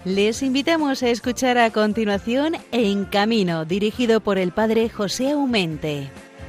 Les invitamos a escuchar a continuación En Camino, dirigido por el padre José Aumente.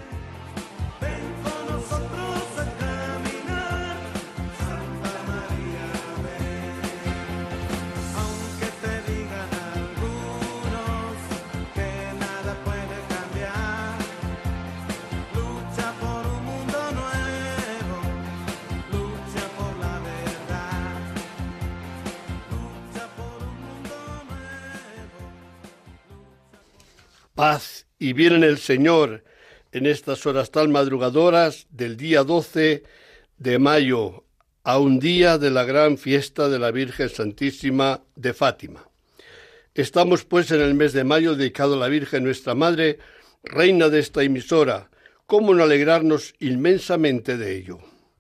Paz y bien en el Señor en estas horas tan madrugadoras del día 12 de mayo, a un día de la gran fiesta de la Virgen Santísima de Fátima. Estamos pues en el mes de mayo dedicado a la Virgen nuestra Madre, reina de esta emisora. ¿Cómo no alegrarnos inmensamente de ello?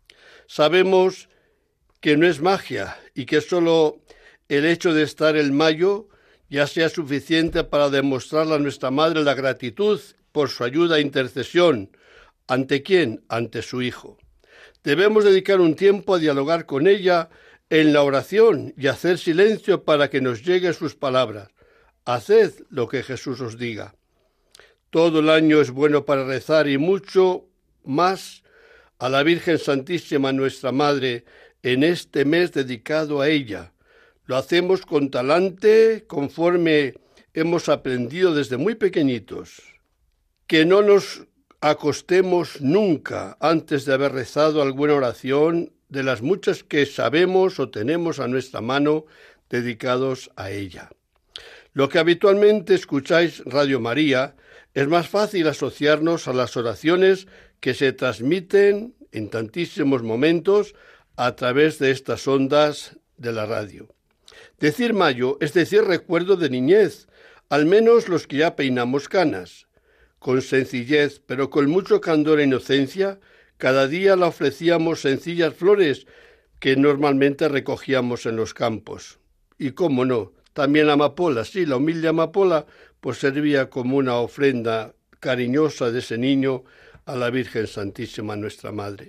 Sabemos que no es magia y que solo el hecho de estar en mayo ya sea suficiente para demostrarle a nuestra Madre la gratitud por su ayuda e intercesión. ¿Ante quién? Ante su Hijo. Debemos dedicar un tiempo a dialogar con ella en la oración y hacer silencio para que nos lleguen sus palabras. Haced lo que Jesús os diga. Todo el año es bueno para rezar y mucho más a la Virgen Santísima, nuestra Madre, en este mes dedicado a ella. Lo hacemos con talante, conforme hemos aprendido desde muy pequeñitos. Que no nos acostemos nunca antes de haber rezado alguna oración de las muchas que sabemos o tenemos a nuestra mano dedicados a ella. Lo que habitualmente escucháis Radio María, es más fácil asociarnos a las oraciones que se transmiten en tantísimos momentos a través de estas ondas de la radio. Decir mayo es decir recuerdo de niñez, al menos los que ya peinamos canas. Con sencillez, pero con mucho candor e inocencia, cada día la ofrecíamos sencillas flores que normalmente recogíamos en los campos. Y cómo no, también la amapola, sí, la humilde amapola, pues servía como una ofrenda cariñosa de ese niño a la Virgen Santísima, nuestra Madre.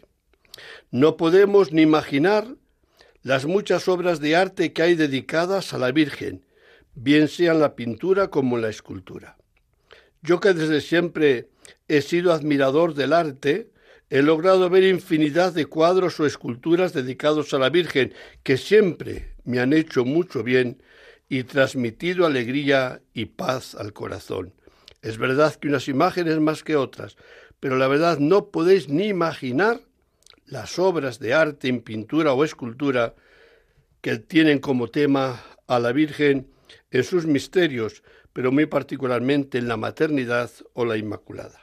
No podemos ni imaginar las muchas obras de arte que hay dedicadas a la Virgen, bien sea en la pintura como en la escultura. Yo que desde siempre he sido admirador del arte, he logrado ver infinidad de cuadros o esculturas dedicados a la Virgen que siempre me han hecho mucho bien y transmitido alegría y paz al corazón. Es verdad que unas imágenes más que otras, pero la verdad no podéis ni imaginar las obras de arte en pintura o escultura que tienen como tema a la Virgen en sus misterios, pero muy particularmente en la maternidad o la Inmaculada.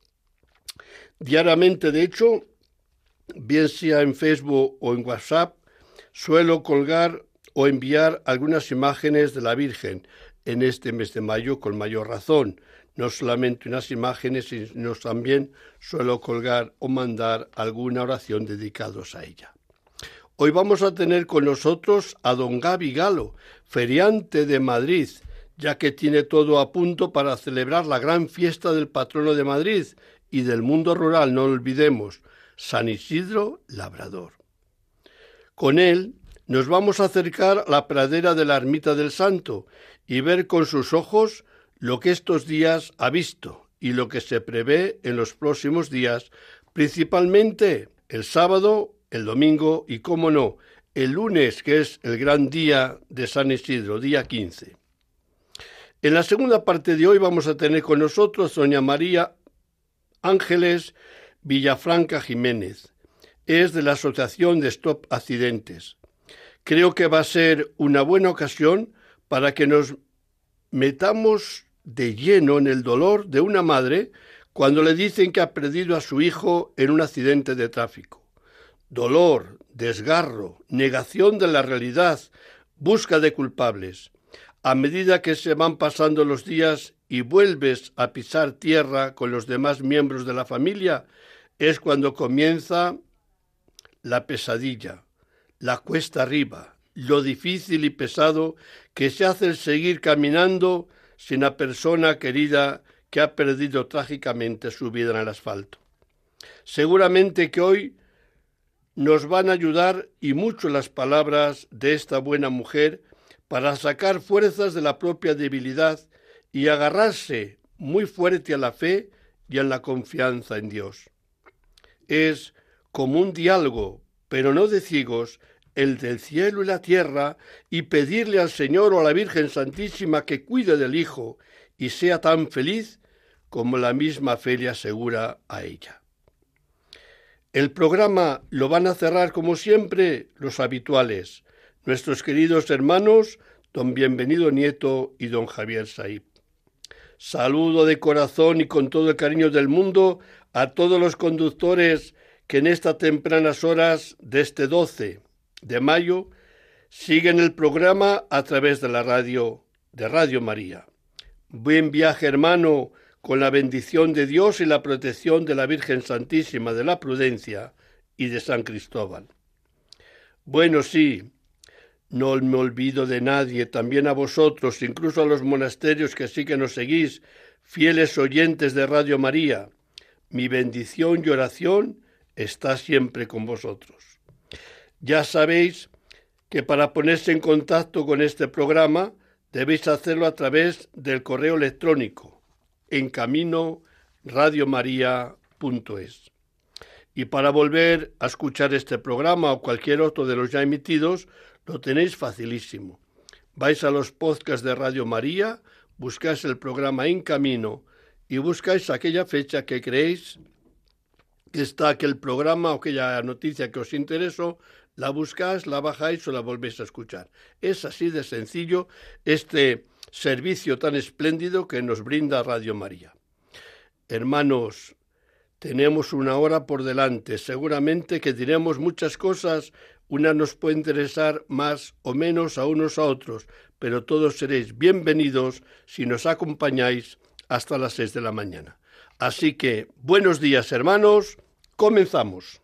Diariamente, de hecho, bien sea en Facebook o en WhatsApp, suelo colgar o enviar algunas imágenes de la Virgen en este mes de mayo con mayor razón. No solamente unas imágenes, sino también suelo colgar o mandar alguna oración dedicados a ella. Hoy vamos a tener con nosotros a don Gabi Galo, feriante de Madrid, ya que tiene todo a punto para celebrar la gran fiesta del patrono de Madrid y del mundo rural, no lo olvidemos, San Isidro Labrador. Con él nos vamos a acercar a la pradera de la Ermita del Santo y ver con sus ojos lo que estos días ha visto y lo que se prevé en los próximos días, principalmente el sábado, el domingo y, cómo no, el lunes, que es el gran día de San Isidro, día 15. En la segunda parte de hoy vamos a tener con nosotros doña María Ángeles Villafranca Jiménez. Es de la Asociación de Stop Accidentes. Creo que va a ser una buena ocasión para que nos metamos de lleno en el dolor de una madre cuando le dicen que ha perdido a su hijo en un accidente de tráfico. Dolor, desgarro, negación de la realidad, busca de culpables. A medida que se van pasando los días y vuelves a pisar tierra con los demás miembros de la familia, es cuando comienza la pesadilla, la cuesta arriba, lo difícil y pesado que se hace el seguir caminando sin la persona querida que ha perdido trágicamente su vida en el asfalto. Seguramente que hoy nos van a ayudar y mucho las palabras de esta buena mujer para sacar fuerzas de la propia debilidad y agarrarse muy fuerte a la fe y a la confianza en Dios. Es como un diálogo, pero no de ciegos, el del cielo y la tierra, y pedirle al Señor o a la Virgen Santísima que cuide del Hijo y sea tan feliz como la misma fe le asegura a ella. El programa lo van a cerrar, como siempre, los habituales, nuestros queridos hermanos, don Bienvenido Nieto y don Javier Saib. Saludo de corazón y con todo el cariño del mundo a todos los conductores que en estas tempranas horas de este 12 de mayo siguen el programa a través de la radio, de Radio María. Buen viaje, hermano, con la bendición de Dios y la protección de la Virgen Santísima de la Prudencia y de San Cristóbal. Bueno, sí, no me olvido de nadie, también a vosotros, incluso a los monasterios que sí que nos seguís, fieles oyentes de Radio María. Mi bendición y oración está siempre con vosotros. Ya sabéis que para ponerse en contacto con este programa debéis hacerlo a través del correo electrónico encamino@radiomaria.es. Y para volver a escuchar este programa o cualquier otro de los ya emitidos, lo tenéis facilísimo. Vais a los podcasts de Radio María, buscáis el programa En Camino y buscáis aquella fecha que creéis que está aquel programa o aquella noticia que os interesó, la buscáis, la bajáis o la volvéis a escuchar. Es así de sencillo este servicio tan espléndido que nos brinda Radio María. Hermanos, tenemos una hora por delante, seguramente que diremos muchas cosas, una nos puede interesar más o menos a unos a otros, pero todos seréis bienvenidos si nos acompañáis hasta las 6 de la mañana. Así que, buenos días, hermanos, comenzamos.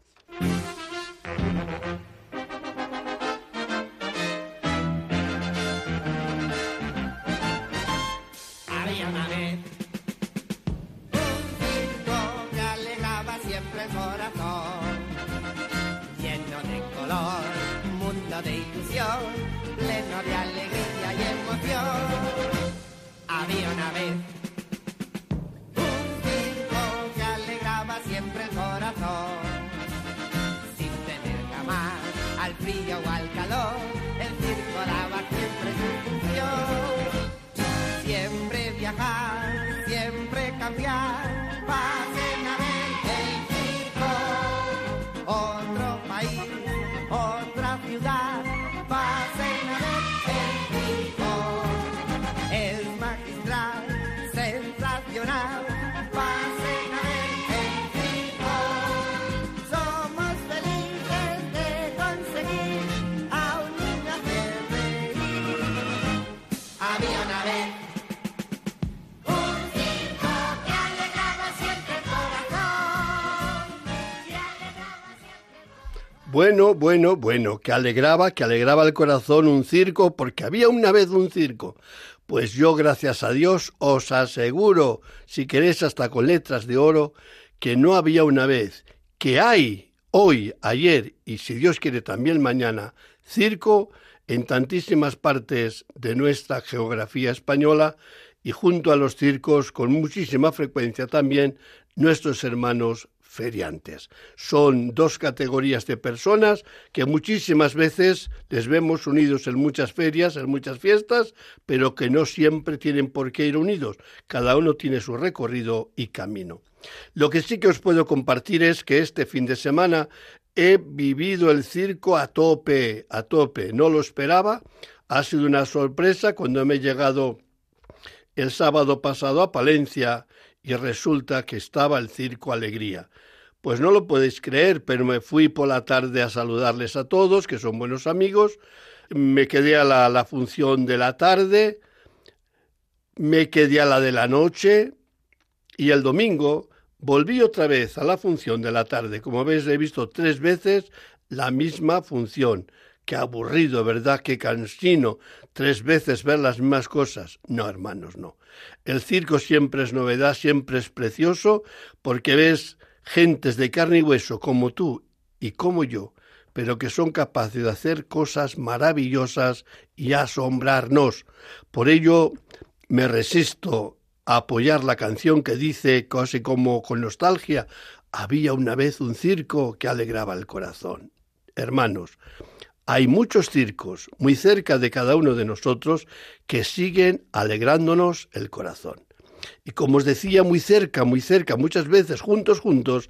De ilusión, pleno de alegría y emoción. Había una vez un circo que alegraba siempre el corazón, sin tener jamás al frío o al calor. El circo daba siempre su función. Siempre viajar, siempre cambiar, pasen a ver el circo. Otro país, otra ciudad, pasen a ver el circo. Es magistral, sensacional, pasen a ver el circo. Somos felices de conseguir a un niño hacer reír. Había una vez un circo que alegraba siempre el corazón. Bueno, que alegraba el corazón un circo, porque había una vez un circo. Pues yo, gracias a Dios, os aseguro, si queréis hasta con letras de oro, que no había una vez, que hay hoy, ayer y si Dios quiere también mañana, circo en tantísimas partes de nuestra geografía española y junto a los circos con muchísima frecuencia también nuestros hermanos feriantes. Son dos categorías de personas que muchísimas veces les vemos unidos en muchas ferias, en muchas fiestas, pero que no siempre tienen por qué ir unidos. Cada uno tiene su recorrido y camino. Lo que sí que os puedo compartir es que este fin de semana he vivido el circo a tope. No lo esperaba. Ha sido una sorpresa cuando me he llegado el sábado pasado a Palencia y resulta que estaba el Circo Alegría. Pues no lo podéis creer, pero me fui por la tarde a saludarles a todos, que son buenos amigos, me quedé a la función de la tarde, me quedé a la de la noche y el domingo volví otra vez a la función de la tarde. Como veis, he visto 3 veces la misma función. Qué aburrido, ¿verdad? Qué cansino. 3 veces ver las mismas cosas. No, hermanos, no. El circo siempre es novedad, siempre es precioso, porque ves gentes de carne y hueso como tú y como yo, pero que son capaces de hacer cosas maravillosas y asombrarnos. Por ello, me resisto a apoyar la canción que dice, casi como con nostalgia, había una vez un circo que alegraba el corazón. Hermanos, hay muchos circos muy cerca de cada uno de nosotros que siguen alegrándonos el corazón. Y como os decía, muy cerca, muchas veces juntos,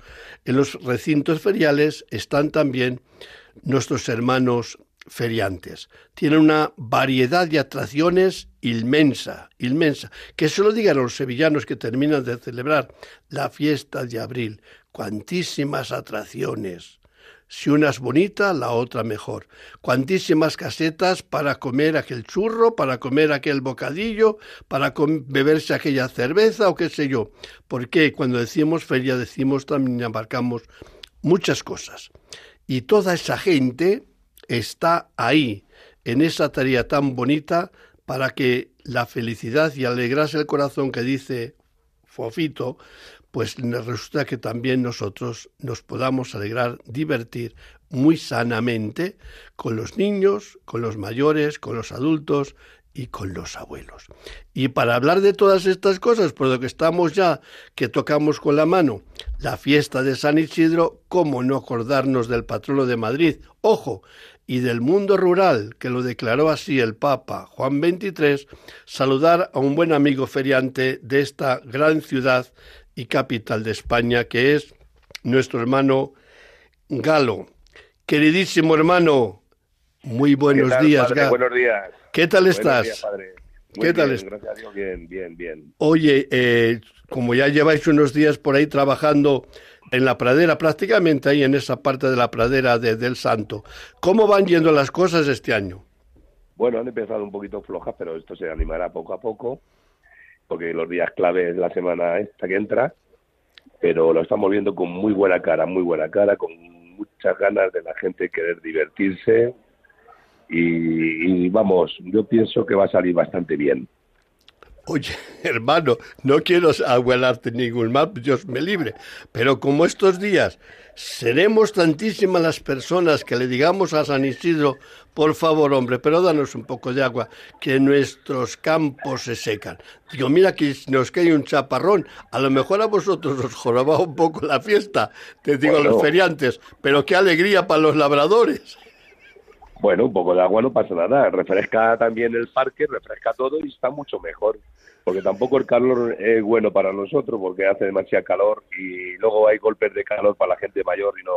en los recintos feriales están también nuestros hermanos feriantes. Tienen una variedad de atracciones inmensa. Que se lo digan a los sevillanos que terminan de celebrar la fiesta de abril. Cuantísimas atracciones. Si una es bonita, la otra mejor. Cuantísimas casetas para comer aquel churro, para comer aquel bocadillo, para beberse aquella cerveza o qué sé yo. Porque cuando decimos feria, también abarcamos muchas cosas. Y toda esa gente está ahí, en esa tarea tan bonita, para que la felicidad y alegrarse el corazón que dice Fofito, pues resulta que también nosotros nos podamos alegrar, divertir muy sanamente con los niños, con los mayores, con los adultos y con los abuelos. Y para hablar de todas estas cosas, por lo que estamos ya, que tocamos con la mano, la fiesta de San Isidro, ¿cómo no acordarnos del patrono de Madrid? ¡Ojo! Y del mundo rural, que lo declaró así el Papa Juan XXIII, saludar a un buen amigo feriante de esta gran ciudad y capital de España, que es nuestro hermano Galo. Queridísimo hermano, muy buenos días, padre? Buenos días. ¿Qué tal estás? Días, padre. ¿Qué tal estás? Gracias a Dios, bien. Oye, como ya lleváis unos días por ahí trabajando en la pradera, prácticamente ahí en esa parte de la pradera del Santo, ¿cómo van yendo las cosas este año? Bueno, han empezado un poquito flojas, pero esto se animará poco a poco, porque los días clave es la semana esta que entra, pero lo estamos viendo con muy buena cara, con muchas ganas de la gente querer divertirse y vamos, yo pienso que va a salir bastante bien. Oye, hermano, no quiero abuelarte ningún mal, Dios me libre, pero como estos días seremos tantísimas las personas que le digamos a San Isidro, por favor, hombre, pero danos un poco de agua, que nuestros campos se secan. Digo, mira que nos cae un chaparrón, a lo mejor a vosotros os jorobaba un poco la fiesta, te digo a los feriantes, pero qué alegría para los labradores. Bueno, un poco de agua no pasa nada, refresca también el parque, refresca todo y está mucho mejor, porque tampoco el calor es bueno para nosotros, porque hace demasiado calor y luego hay golpes de calor para la gente mayor y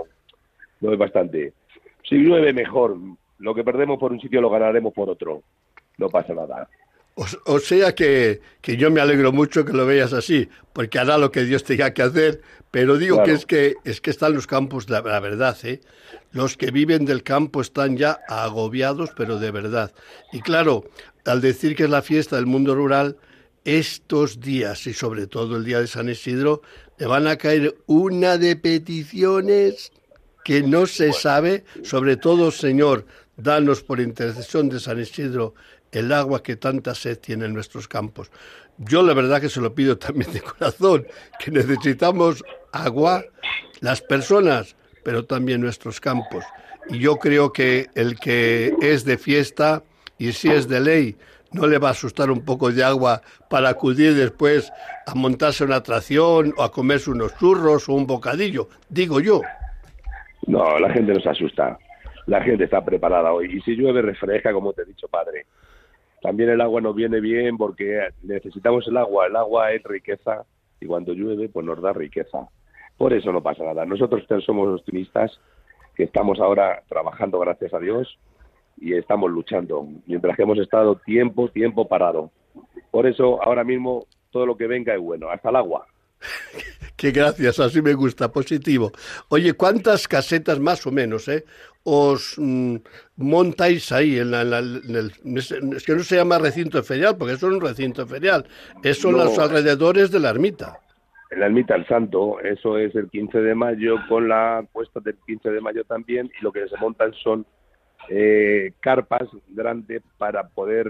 no es bastante. Si llueve mejor, lo que perdemos por un sitio lo ganaremos por otro, no pasa nada. O sea que yo me alegro mucho que lo veas así, porque hará lo que Dios tenga que hacer, pero digo claro. que es que están los campos, la verdad, los que viven del campo están ya agobiados, pero de verdad. Y claro, al decir que es la fiesta del mundo rural, estos días, y sobre todo el día de San Isidro, le van a caer una de peticiones que no se sabe, sobre todo, Señor, danos por intercesión de San Isidro el agua que tanta sed tiene en nuestros campos. Yo la verdad que se lo pido también de corazón, que necesitamos agua, las personas, pero también nuestros campos. Y yo creo que el que es de fiesta, y si es de ley, no le va a asustar un poco de agua para acudir después a montarse una atracción o a comerse unos churros o un bocadillo, digo yo. No, la gente no se asusta. La gente está preparada hoy. Y si llueve, refresca, como te he dicho, padre. También el agua nos viene bien porque necesitamos el agua. El agua es riqueza y cuando llueve, pues nos da riqueza. Por eso no pasa nada. Nosotros somos optimistas, que estamos ahora trabajando, gracias a Dios, y estamos luchando. Mientras que hemos estado tiempo parado. Por eso, ahora mismo, todo lo que venga es bueno. Hasta el agua. Qué gracias, así me gusta, positivo. Oye, ¿cuántas casetas más o menos os montáis ahí? Es que no se llama recinto ferial, porque eso no es un recinto ferial, eso son los alrededores de la ermita. En la ermita del Santo, eso es el 15 de mayo, con la puesta del 15 de mayo también, y lo que se montan son carpas grandes para poder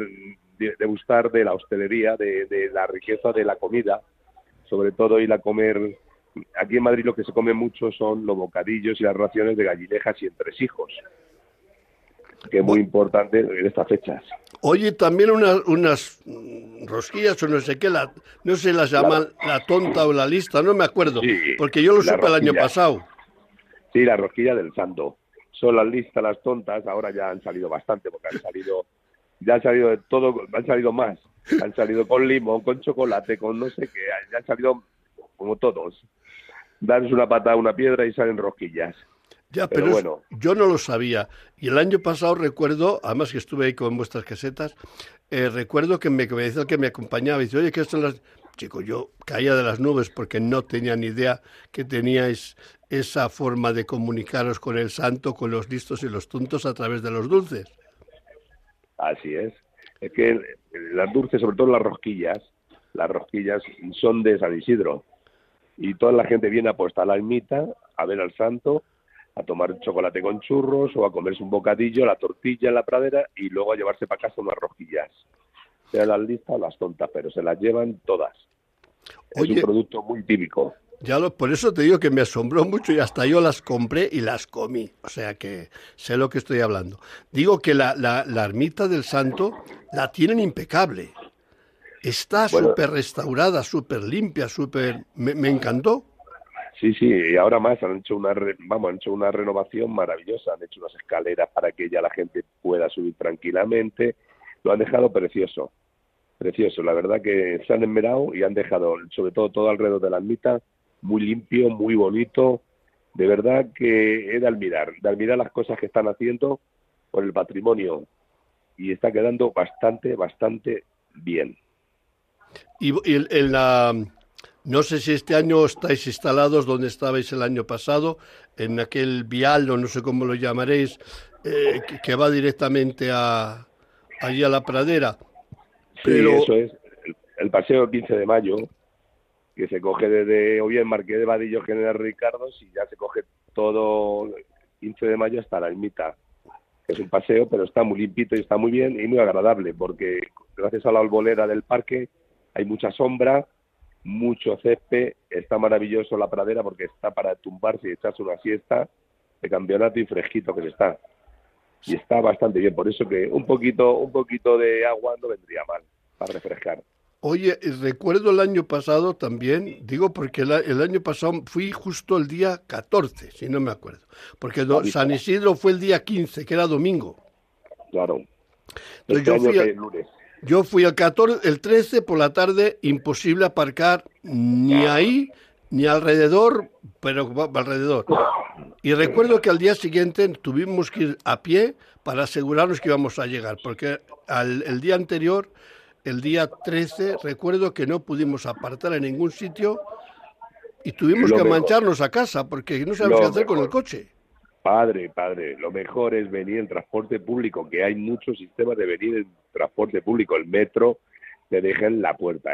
degustar de la hostelería, de la riqueza de la comida, sobre todo ir a comer aquí en Madrid lo que se come mucho son los bocadillos y las raciones de gallinejas y entresijos, que es muy importante en estas fechas. Oye, también unas rosquillas o no sé qué, no sé, las llaman la tonta o la lista, no me acuerdo, Sí, porque yo lo la supe el año rosquilla. pasado. Sí, la rosquilla del santo. Son las listas, las tontas, ahora ya han salido bastante, porque ya han salido de todo, han salido más. Han salido con limón, con chocolate, con no sé qué, ya han salido como todos. Darles una patada a una piedra y salen rosquillas. Ya, Pero pero bueno. yo no lo sabía. Y el año pasado recuerdo, además que estuve ahí con vuestras casetas, recuerdo que me decía el que me acompañaba, y dice, oye, ¿qué son las...? Chico, yo caía de las nubes porque no tenía ni idea que teníais esa forma de comunicaros con el santo, con los listos y los tontos a través de los dulces. Así es. Es que las dulces, sobre todo las rosquillas son de San Isidro. Y toda la gente viene a apostar la ermita, a ver al santo, a tomar chocolate con churros o a comerse un bocadillo, la tortilla en la pradera y luego a llevarse para casa unas rosquillas. Sean las listas o las tontas, pero se las llevan todas. Oye, es un producto muy típico. Por eso te digo que me asombró mucho y hasta yo las compré y las comí. O sea que sé lo que estoy hablando. Digo que la ermita del santo la tienen impecable. Está Bueno, súper restaurada, súper limpia, me encantó. sí, y ahora más han hecho han hecho una renovación maravillosa, han hecho unas escaleras para que ya la gente pueda subir tranquilamente, lo han dejado precioso, la verdad que se han esmerado y han dejado, sobre todo alrededor de la ermita, muy limpio, muy bonito, de verdad que es de admirar las cosas que están haciendo por el patrimonio y está quedando bastante bien. Y no sé si este año estáis instalados donde estabais el año pasado, en aquel vial, o no sé cómo lo llamaréis, que va directamente allí a la pradera. Pero... Sí, eso es. El paseo 15 de mayo, que se coge desde o bien Marqués de Vadillo, General Ricardo, y ya se coge todo 15 de mayo hasta la ermita. Es un paseo, pero está muy limpito y está muy bien y muy agradable, porque gracias a la arboleda del parque hay mucha sombra, mucho césped, está maravilloso la pradera porque está para tumbarse y echarse una siesta de campeonato y fresquito que se está. Y está bastante bien, por eso que un poquito de agua no vendría mal para refrescar. Oye, recuerdo el año pasado también, digo porque el año pasado fui justo el día 14, si no me acuerdo, porque San Isidro fue el día 15, que era domingo. Claro. Entonces yo fui el 14, el 13 por la tarde, imposible aparcar ni ahí ni alrededor, pero alrededor. Y recuerdo que al día siguiente tuvimos que ir a pie para asegurarnos que íbamos a llegar, porque el día anterior, el día 13, recuerdo que no pudimos apartar en ningún sitio y tuvimos que mancharnos a casa porque no sabemos qué hacer con el coche. Padre, lo mejor es venir en transporte público, que hay muchos sistemas de venir en transporte público. El metro te deja en la puerta,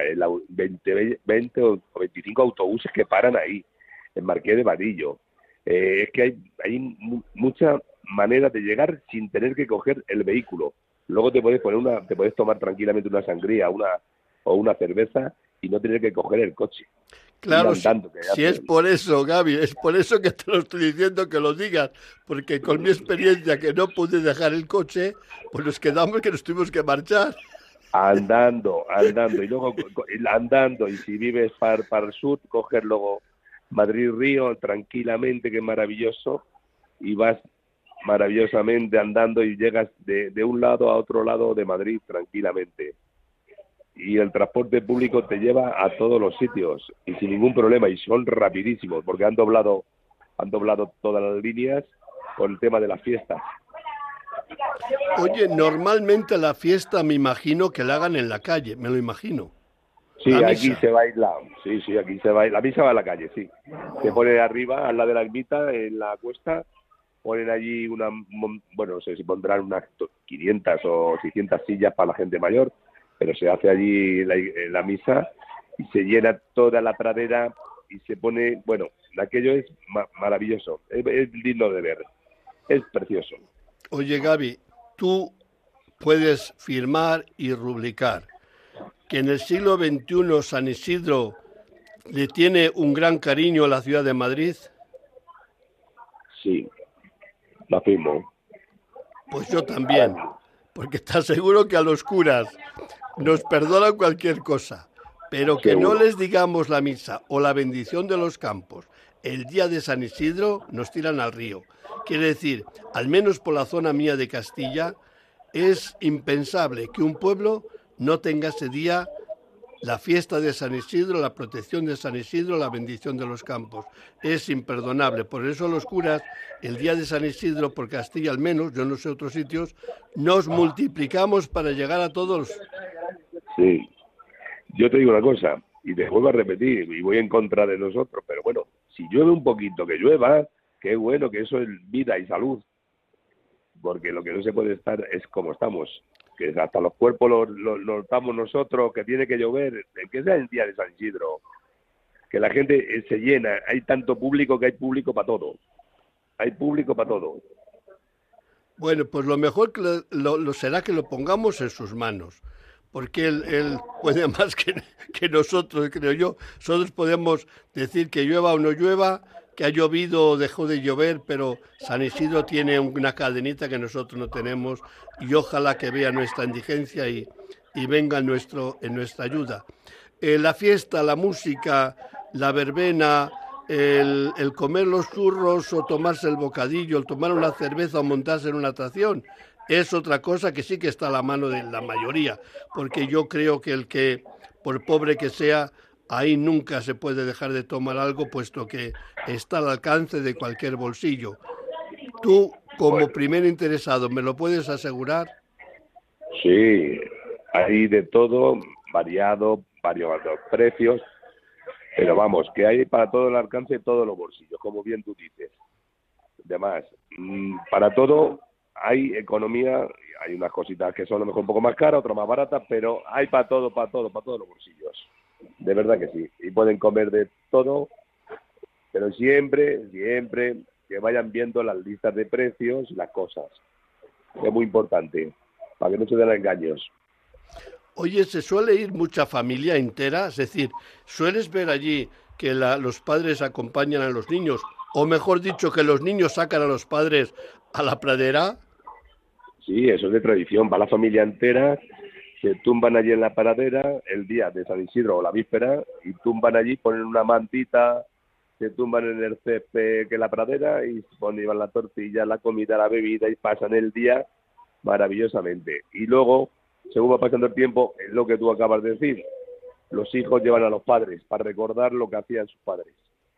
20 o 25 autobuses que paran ahí, en Marqués de Vadillo. Es que hay muchas maneras de llegar sin tener que coger el vehículo. Luego te puedes tomar tranquilamente una sangría o una cerveza y no tener que coger el coche. Claro, andando, si es por eso, Gaby, es por eso que te lo estoy diciendo que lo digas, porque con mi experiencia que no pude dejar el coche, pues nos quedamos que nos tuvimos que marchar. Andando, y luego andando, y si vives para el sur, coger luego Madrid-Río tranquilamente, que es maravilloso, y vas maravillosamente andando y llegas de un lado a otro lado de Madrid tranquilamente. Y el transporte público te lleva a todos los sitios y sin ningún problema, y son rapidísimos porque han doblado todas las líneas con el tema de las fiestas. Oye, normalmente la fiesta me imagino que la hagan en la calle, me lo imagino. Sí, aquí se baila, aquí se baila. La misa va a la calle, sí. Se pone arriba, al lado de la ermita, en la cuesta, ponen allí no sé si pondrán unas 500 o 600 sillas para la gente mayor, pero se hace allí la misa y se llena toda la pradera y se pone, aquello es maravilloso, es digno de ver, es precioso. Oye, Gaby, tú puedes firmar y rubricar que en el siglo XXI San Isidro ¿Le tiene un gran cariño a la ciudad de Madrid? Sí, lo afirmo. Pues yo también, porque está seguro que a los curas nos perdonan cualquier cosa, pero que no les digamos la misa o la bendición de los campos el día de San Isidro, nos tiran al río. Quiere decir, al menos por la zona mía de Castilla, es impensable que un pueblo no tenga ese día la fiesta de San Isidro, la protección de San Isidro, la bendición de los campos. Es imperdonable. Por eso los curas, el día de San Isidro, por Castilla al menos, yo no sé otros sitios, nos multiplicamos para llegar a todos. Sí. Yo te digo una cosa, y te vuelvo a repetir, y voy en contra de nosotros, pero bueno, si llueve un poquito, que llueva, qué bueno, que eso es vida y salud. Porque lo que no se puede estar es como estamos. Que hasta los cuerpos los damos nosotros, que tiene que llover, que sea el día de San Isidro, que la gente se llena, hay tanto público que hay público para todo, hay público para todo. Bueno, pues lo mejor que lo será que lo pongamos en sus manos, porque él puede más que nosotros, creo yo. Nosotros podemos decir que llueva o no llueva, que ha llovido o dejó de llover, pero San Isidro tiene una cadenita que nosotros no tenemos, y ojalá que vea nuestra indigencia y venga en nuestra ayuda. La fiesta, la música, la verbena, el comer los churros o tomarse el bocadillo, el tomar una cerveza o montarse en una atracción, es otra cosa que sí que está a la mano de la mayoría, porque yo creo que el que, por pobre que sea, ahí nunca se puede dejar de tomar algo, puesto que está al alcance de cualquier bolsillo. Tú, como primer interesado, ¿me lo puedes asegurar? Sí, hay de todo, varios precios, pero vamos, que hay para todo el alcance de todos los bolsillos, como bien tú dices. Además, para todo hay economía, hay unas cositas que son a lo mejor un poco más caras, otras más baratas, pero hay para todos los bolsillos. De verdad que sí, y pueden comer de todo, pero siempre que vayan viendo las listas de precios y las cosas. Es muy importante, para que no se den engaños. Oye, ¿se suele ir mucha familia entera? Es decir, ¿sueles ver allí que los padres acompañan a los niños? O mejor dicho, que los niños sacan a los padres a la pradera. Sí, eso es de tradición, va la familia entera, se tumban allí en la pradera el día de San Isidro o la víspera, y tumban allí, ponen una mantita, se tumban en el césped que es la pradera y ponen la tortilla, la comida, la bebida, y pasan el día maravillosamente. Y luego, según va pasando el tiempo, es lo que tú acabas de decir, los hijos llevan a los padres para recordar lo que hacían sus padres.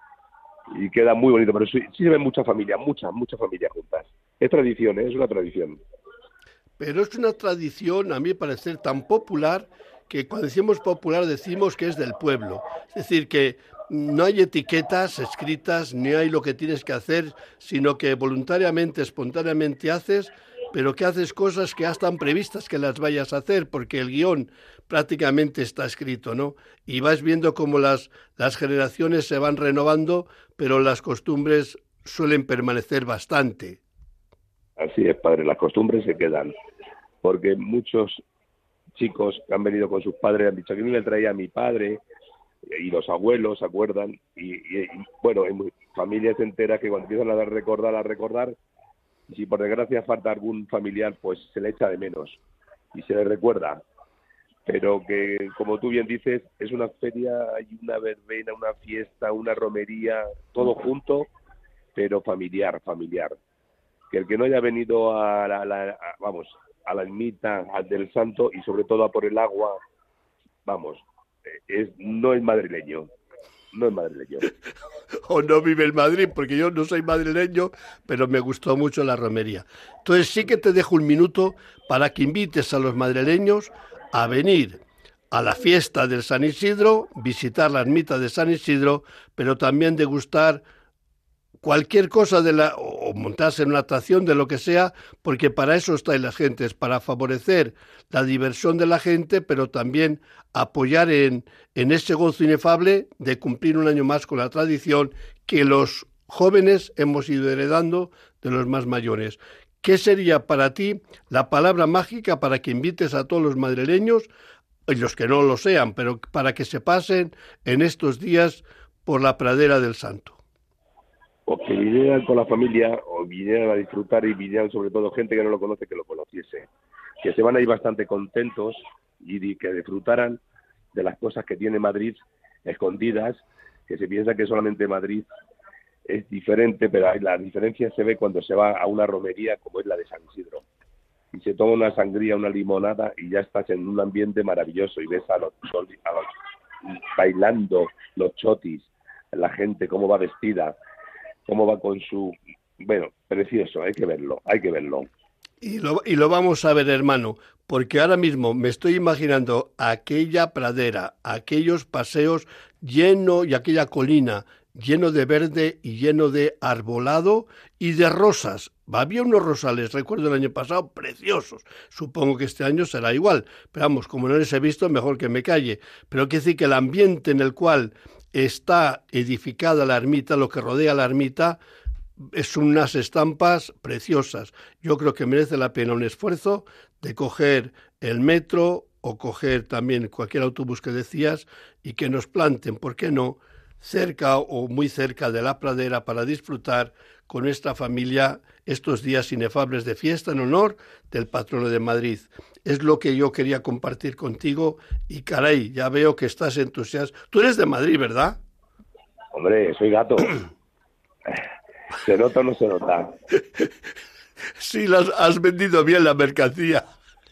Y queda muy bonito, pero sí se ven muchas familias juntas. Es tradición, es una tradición. Pero es una tradición, a mí me parece, tan popular, que cuando decimos popular decimos que es del pueblo. Es decir, que no hay etiquetas escritas, ni hay lo que tienes que hacer, sino que voluntariamente, espontáneamente haces, pero que haces cosas que ya están previstas que las vayas a hacer, porque el guión prácticamente está escrito, ¿no? Y vas viendo cómo las generaciones se van renovando, pero las costumbres suelen permanecer bastante. Así es, padre, las costumbres se quedan, porque muchos chicos que han venido con sus padres han dicho que a mí me traía a mi padre, y los abuelos se acuerdan, y bueno, hay familias enteras que cuando empiezan a recordar, y si por desgracia falta algún familiar, pues se le echa de menos y se le recuerda. Pero que, como tú bien dices, es una feria, hay una verbena, una fiesta, una romería, todo junto, pero familiar. Que el que no haya venido a la ermita, al del Santo, y sobre todo a por el agua, no es madrileño. O no vive en Madrid, porque yo no soy madrileño, pero me gustó mucho la romería. Entonces sí que te dejo un minuto para que invites a los madrileños a venir a la fiesta del San Isidro, visitar la ermita de San Isidro, pero también degustar cualquier cosa o montarse en una atracción de lo que sea, porque para eso están las gentes, para favorecer la diversión de la gente, pero también apoyar en ese gozo inefable de cumplir un año más con la tradición que los jóvenes hemos ido heredando de los más mayores. ¿Qué sería para ti la palabra mágica para que invites a todos los madrileños y los que no lo sean, pero para que se pasen en estos días por la pradera del Santo? O que vinieran con la familia, o vinieran a disfrutar, y vinieran sobre todo gente que no lo conoce, que lo conociese. Que se van a ir bastante contentos y que disfrutaran de las cosas que tiene Madrid escondidas, que se piensa que solamente Madrid es diferente, pero la diferencia se ve cuando se va a una romería como es la de San Isidro. Y se toma una sangría, una limonada, y ya estás en un ambiente maravilloso, y ves a los bailando, los chotis, la gente, cómo va vestida, cómo va con su... Bueno, precioso, hay que verlo. Y lo vamos a ver, hermano, porque ahora mismo me estoy imaginando aquella pradera, aquellos paseos y aquella colina lleno de verde y lleno de arbolado y de rosas. Había unos rosales, recuerdo el año pasado, preciosos. Supongo que este año será igual. Pero vamos, como no les he visto, mejor que me calle. Pero quiere decir que el ambiente en el cual está edificada la ermita, lo que rodea la ermita, es unas estampas preciosas. Yo creo que merece la pena un esfuerzo de coger el metro o coger también cualquier autobús que decías y que nos planten, ¿por qué no?, cerca o muy cerca de la pradera para disfrutar con esta familia estos días inefables de fiesta en honor del patrono de Madrid. Es lo que yo quería compartir contigo y caray, ya veo que estás entusiasmado. Tú eres de Madrid, ¿verdad? Hombre, soy gato. ¿Se nota o no se nota? Sí, has vendido bien la mercancía.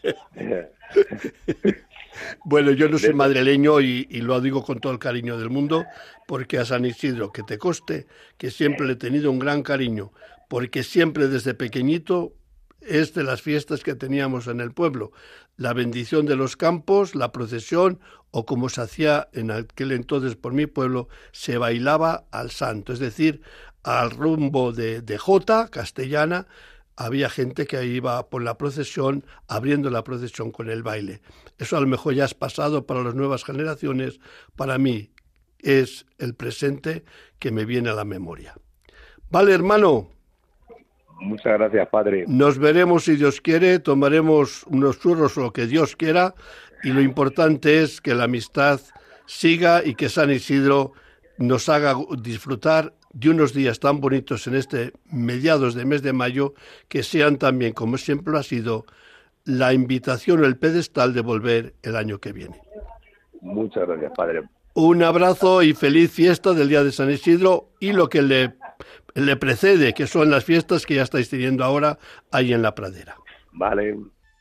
Bueno, yo no soy madrileño y lo digo con todo el cariño del mundo, porque a San Isidro, que te conste, que siempre le he tenido un gran cariño, porque siempre desde pequeñito es de las fiestas que teníamos en el pueblo. La bendición de los campos, la procesión, o como se hacía en aquel entonces por mi pueblo, se bailaba al santo, es decir, al rumbo de jota castellana. Había gente que iba por la procesión, abriendo la procesión con el baile. Eso a lo mejor ya es pasado para las nuevas generaciones. Para mí es el presente que me viene a la memoria. Vale, hermano. Muchas gracias, padre. Nos veremos si Dios quiere, tomaremos unos churros o lo que Dios quiera, y lo importante es que la amistad siga y que San Isidro nos haga disfrutar de unos días tan bonitos en este mediados de mes de mayo, que sean también, como siempre lo ha sido, la invitación o el pedestal de volver el año que viene. Muchas gracias, padre. Un abrazo y feliz fiesta del día de San Isidro y lo que le precede, que son las fiestas que ya estáis teniendo ahora ahí en la pradera. Vale.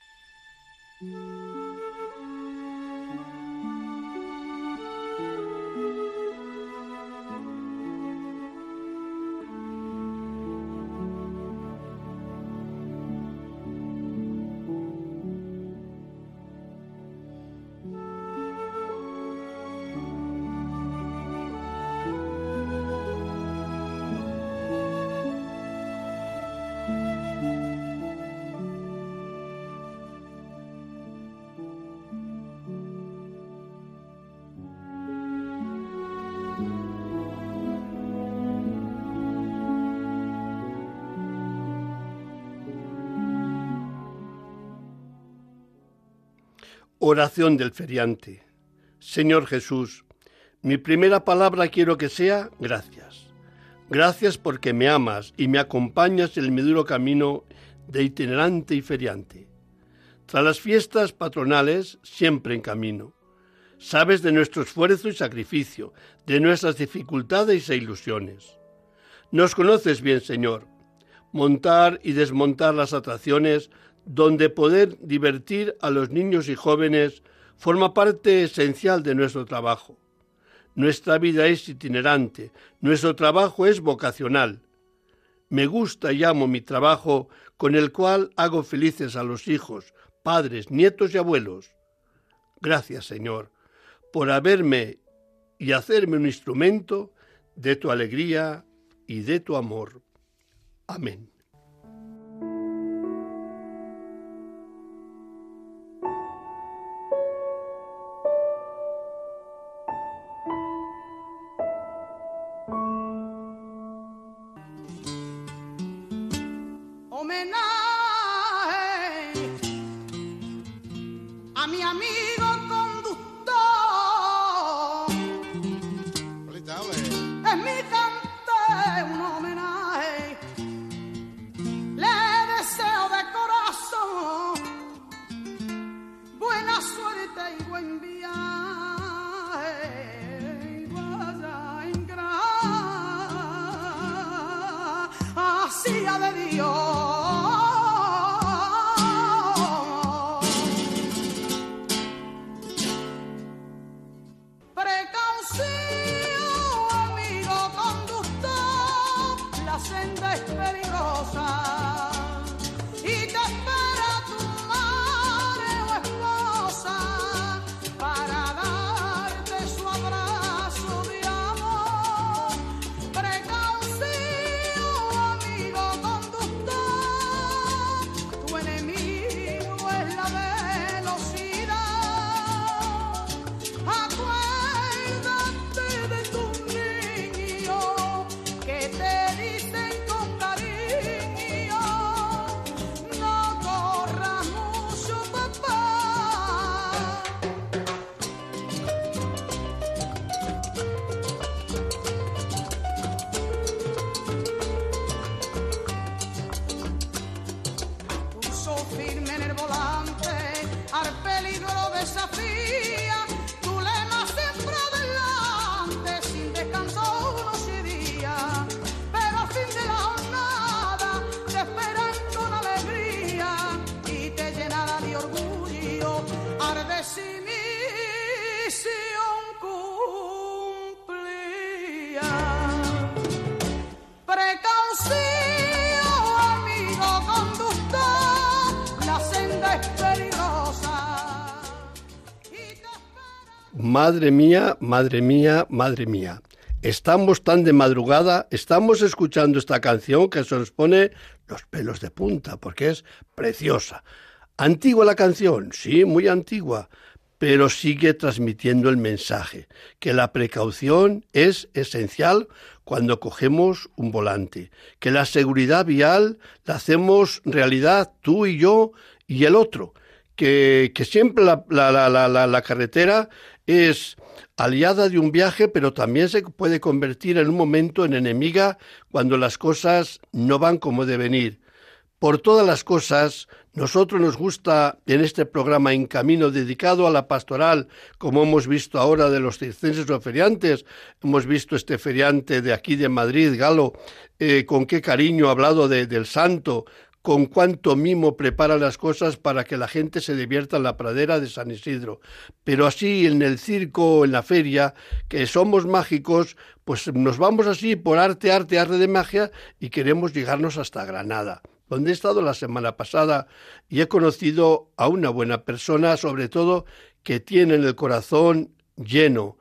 Oración del feriante. Señor Jesús, mi primera palabra quiero que sea gracias. Gracias porque me amas y me acompañas en mi duro camino de itinerante y feriante. Tras las fiestas patronales, siempre en camino. Sabes de nuestro esfuerzo y sacrificio, de nuestras dificultades e ilusiones. Nos conoces bien, Señor. Montar y desmontar las atracciones donde poder divertir a los niños y jóvenes forma parte esencial de nuestro trabajo. Nuestra vida es itinerante, nuestro trabajo es vocacional. Me gusta y amo mi trabajo con el cual hago felices a los hijos, padres, nietos y abuelos. Gracias, Señor, por haberme y hacerme un instrumento de tu alegría y de tu amor. Amén. A mi amigo conductor Precaución, amigo conductor, la senda es peligrosa y te espera tu madre o esposa para darte su abrazo de amor. Precaución, amigo conductor, tu enemigo es la velocidad. Acuérdate de tus niños que te dicen con cariño, no corras mucho, papá. Pulso firme en el volante, al peligro desafía, tu lema siempre adelante, sin descanso noche y día, pero al fin de la jornada te esperan con alegría y te llenará de orgullo al decir misión cumplida. Precaución, amigo conductor, la senda es peligrosa y te espera. Madre mía, madre mía, madre mía. Estamos tan de madrugada, estamos escuchando esta canción que se nos pone los pelos de punta, porque es preciosa. Antigua la canción, sí, muy antigua, pero sigue transmitiendo el mensaje, que la precaución es esencial cuando cogemos un volante, que la seguridad vial la hacemos realidad tú y yo y el otro, que siempre la carretera es aliada de un viaje, pero también se puede convertir en un momento en enemiga cuando las cosas no van como deben ir. Por todas las cosas, nosotros nos gusta en este programa En Camino dedicado a la pastoral, como hemos visto ahora de los circenses o feriantes, hemos visto este feriante de aquí de Madrid, Galo, con qué cariño ha hablado del santo, con cuánto mimo prepara las cosas para que la gente se divierta en la pradera de San Isidro. Pero así en el circo, en la feria, que somos mágicos, pues nos vamos así por arte de magia y queremos llegarnos hasta Granada, donde he estado la semana pasada y he conocido a una buena persona, sobre todo que tiene el corazón lleno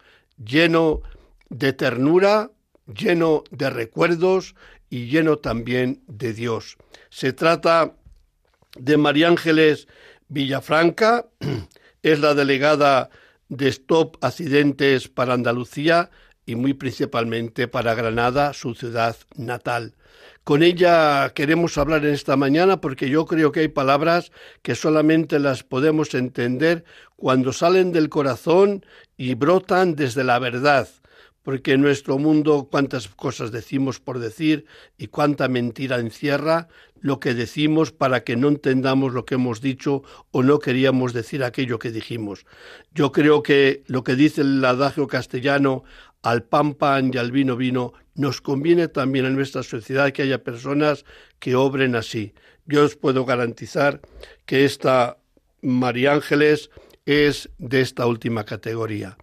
de ternura, lleno de recuerdos y lleno también de Dios. Se trata de María Ángeles Villafranca, es la delegada de Stop Accidentes para Andalucía y muy principalmente para Granada, su ciudad natal. Con ella queremos hablar en esta mañana porque yo creo que hay palabras que solamente las podemos entender cuando salen del corazón y brotan desde la verdad, porque en nuestro mundo cuántas cosas decimos por decir y cuánta mentira encierra lo que decimos para que no entendamos lo que hemos dicho o no queríamos decir aquello que dijimos. Yo creo que lo que dice el adagio castellano, al pan pan y al vino vino, nos conviene también en nuestra sociedad que haya personas que obren así. Yo os puedo garantizar que esta María Ángeles es de esta última categoría.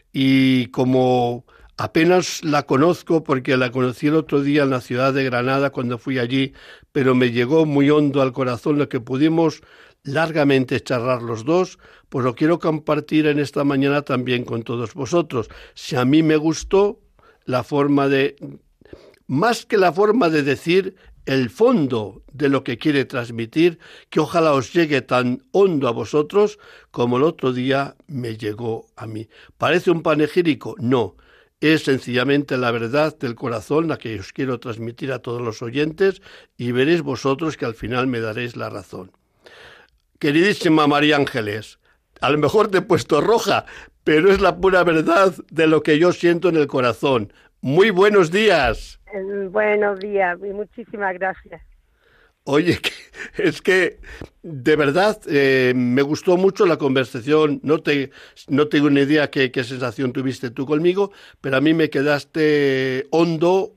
Y como apenas la conozco, porque la conocí el otro día en la ciudad de Granada cuando fui allí, pero me llegó muy hondo al corazón lo que pudimos largamente charlar los dos, pues lo quiero compartir en esta mañana también con todos vosotros. Si a mí me gustó la forma de, más que la forma de decir, el fondo de lo que quiere transmitir, que ojalá os llegue tan hondo a vosotros como el otro día me llegó a mí. ¿Parece un panegírico? No. Es sencillamente la verdad del corazón la que os quiero transmitir a todos los oyentes y veréis vosotros que al final me daréis la razón. Queridísima María Ángeles, a lo mejor te he puesto roja, pero es la pura verdad de lo que yo siento en el corazón. Muy buenos días. Buenos días y muchísimas gracias. Oye, es que de verdad me gustó mucho la conversación. No tengo ni idea qué sensación tuviste tú conmigo, pero a mí me quedaste hondo,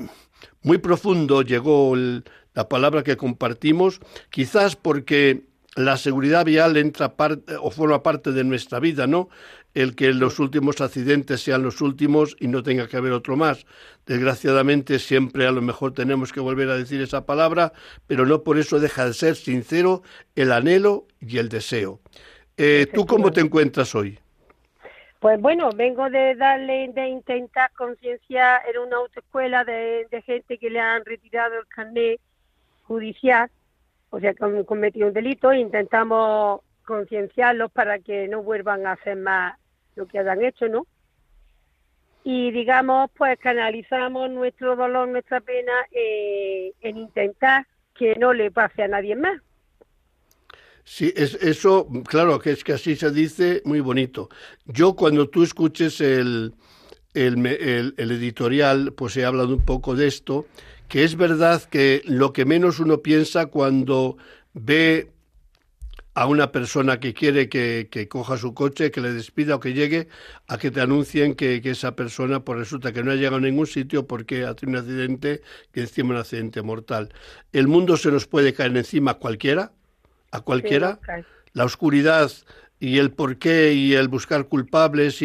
muy profundo. Llegó la palabra que compartimos, quizás porque la seguridad vial entra o forma parte de nuestra vida, ¿no? El que los últimos accidentes sean los últimos y no tenga que haber otro más. Desgraciadamente siempre a lo mejor tenemos que volver a decir esa palabra, pero no por eso deja de ser sincero el anhelo y el deseo. ¿Tú cómo te encuentras hoy? Pues bueno, vengo de intentar concienciar en una autoescuela de gente que le han retirado el carnet judicial, o sea, que han cometido un delito, e intentamos concienciarlos para que no vuelvan a hacer más lo que hayan hecho, ¿no? Y digamos, pues canalizamos nuestro dolor, nuestra pena en intentar que no le pase a nadie más. Sí, eso, claro, que es que así se dice, muy bonito. Yo cuando tú escuches el editorial, pues he hablado un poco de esto, que es verdad que lo que menos uno piensa cuando ve a una persona que quiere que coja su coche, que le despida o que llegue, a que te anuncien que esa persona pues resulta que no ha llegado a ningún sitio porque ha tenido un accidente, que encima un accidente mortal. El mundo se nos puede caer encima a cualquiera, sí, la oscuridad y el porqué y el buscar culpables